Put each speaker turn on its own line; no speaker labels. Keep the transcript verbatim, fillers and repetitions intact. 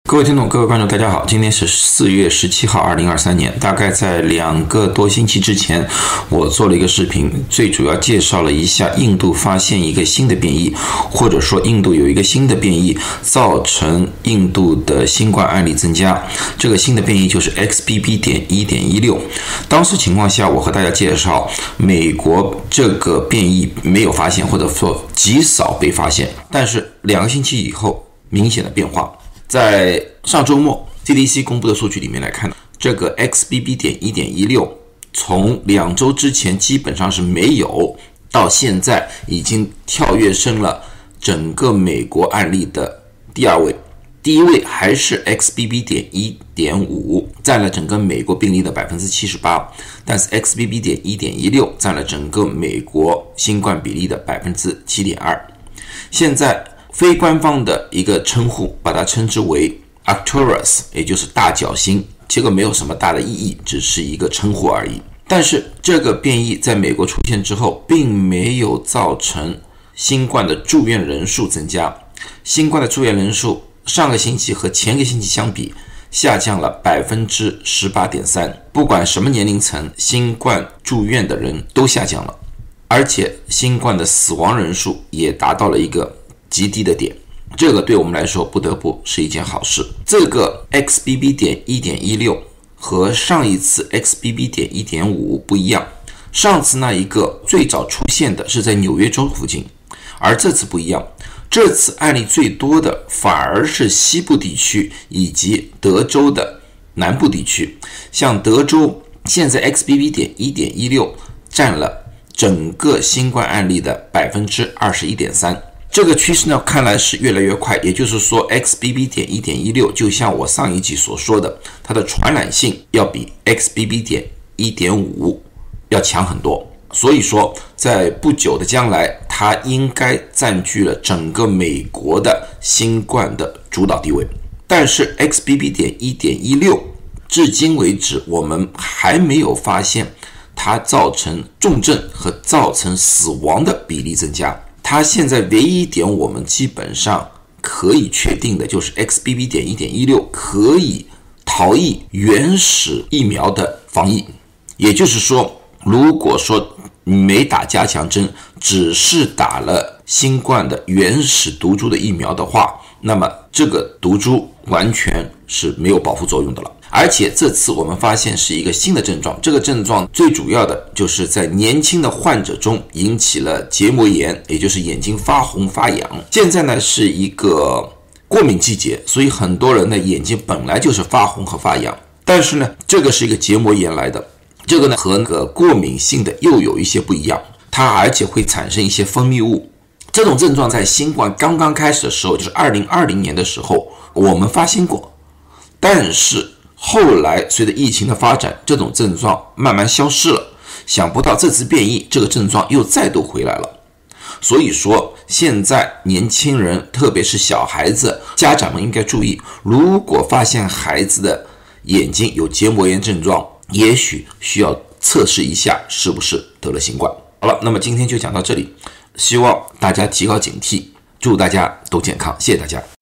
各位听众，各位观众，大家好，今天是四月十七号，二零二三年，大概在两个多星期之前，我做了一个视频，最主要介绍了一下印度发现一个新的变异，或者说印度有一个新的变异，造成印度的新冠案例增加。这个新的变异就是 X B B 点一点一六。当时情况下，我和大家介绍，美国这个变异没有发现，或者说极少被发现，但是两个星期以后，明显的变化。在上周末 C D C 公布的数据里面来看，这个 X B B 点一点一六 从两周之前基本上是没有，到现在已经跳跃升了整个美国案例的第二位，第一位还是 X B B 点一点五， 占了整个美国病例的 百分之七十八， 但是 X B B 点一点一六 占了整个美国新冠比例的 百分之七点二。 现在非官方的一个称呼，把它称之为 Arcturus， 也就是大角星，这个没有什么大的意义，只是一个称呼而已。但是这个变异在美国出现之后，并没有造成新冠的住院人数增加，新冠的住院人数上个星期和前个星期相比下降了 百分之十八点三， 不管什么年龄层，新冠住院的人都下降了，而且新冠的死亡人数也达到了一个极低的点，这个对我们来说不得不是一件好事。这个 X B B 点一点一六 和上一次 X B B 点一点五 不一样，上次那一个最早出现的是在纽约州附近，而这次不一样，这次案例最多的反而是西部地区以及德州的南部地区。像德州现在 X B B 点一点一六 占了整个新冠案例的 百分之二十一点三，这个趋势呢，看来是越来越快，也就是说 X B B 点一点一六 就像我上一集所说的，它的传染性要比 X B B 点一点五 要强很多，所以说在不久的将来，它应该占据了整个美国的新冠的主导地位。但是 X B B 点一点一六 至今为止，我们还没有发现它造成重症和造成死亡的比例增加。它现在唯一一点我们基本上可以确定的就是 X B B 点一点一六 可以逃逸原始疫苗的防疫，也就是说，如果说没打加强针，只是打了新冠的原始毒株的疫苗的话，那么这个毒株完全是没有保护作用的了。而且这次我们发现是一个新的症状，这个症状最主要的就是在年轻的患者中引起了结膜炎，也就是眼睛发红发痒。现在呢是一个过敏季节，所以很多人的眼睛本来就是发红和发痒，但是呢这个是一个结膜炎来的，这个呢和那个过敏性的又有一些不一样，它而且会产生一些分泌物。这种症状在新冠刚刚开始的时候，就是二零二零年的时候我们发现过，但是后来随着疫情的发展，这种症状慢慢消失了，想不到这次变异，这个症状又再度回来了。所以说现在年轻人，特别是小孩子，家长们应该注意，如果发现孩子的眼睛有结膜炎症状，也许需要测试一下是不是得了新冠。好了，那么今天就讲到这里，希望大家提高警惕，祝大家都健康，谢谢大家。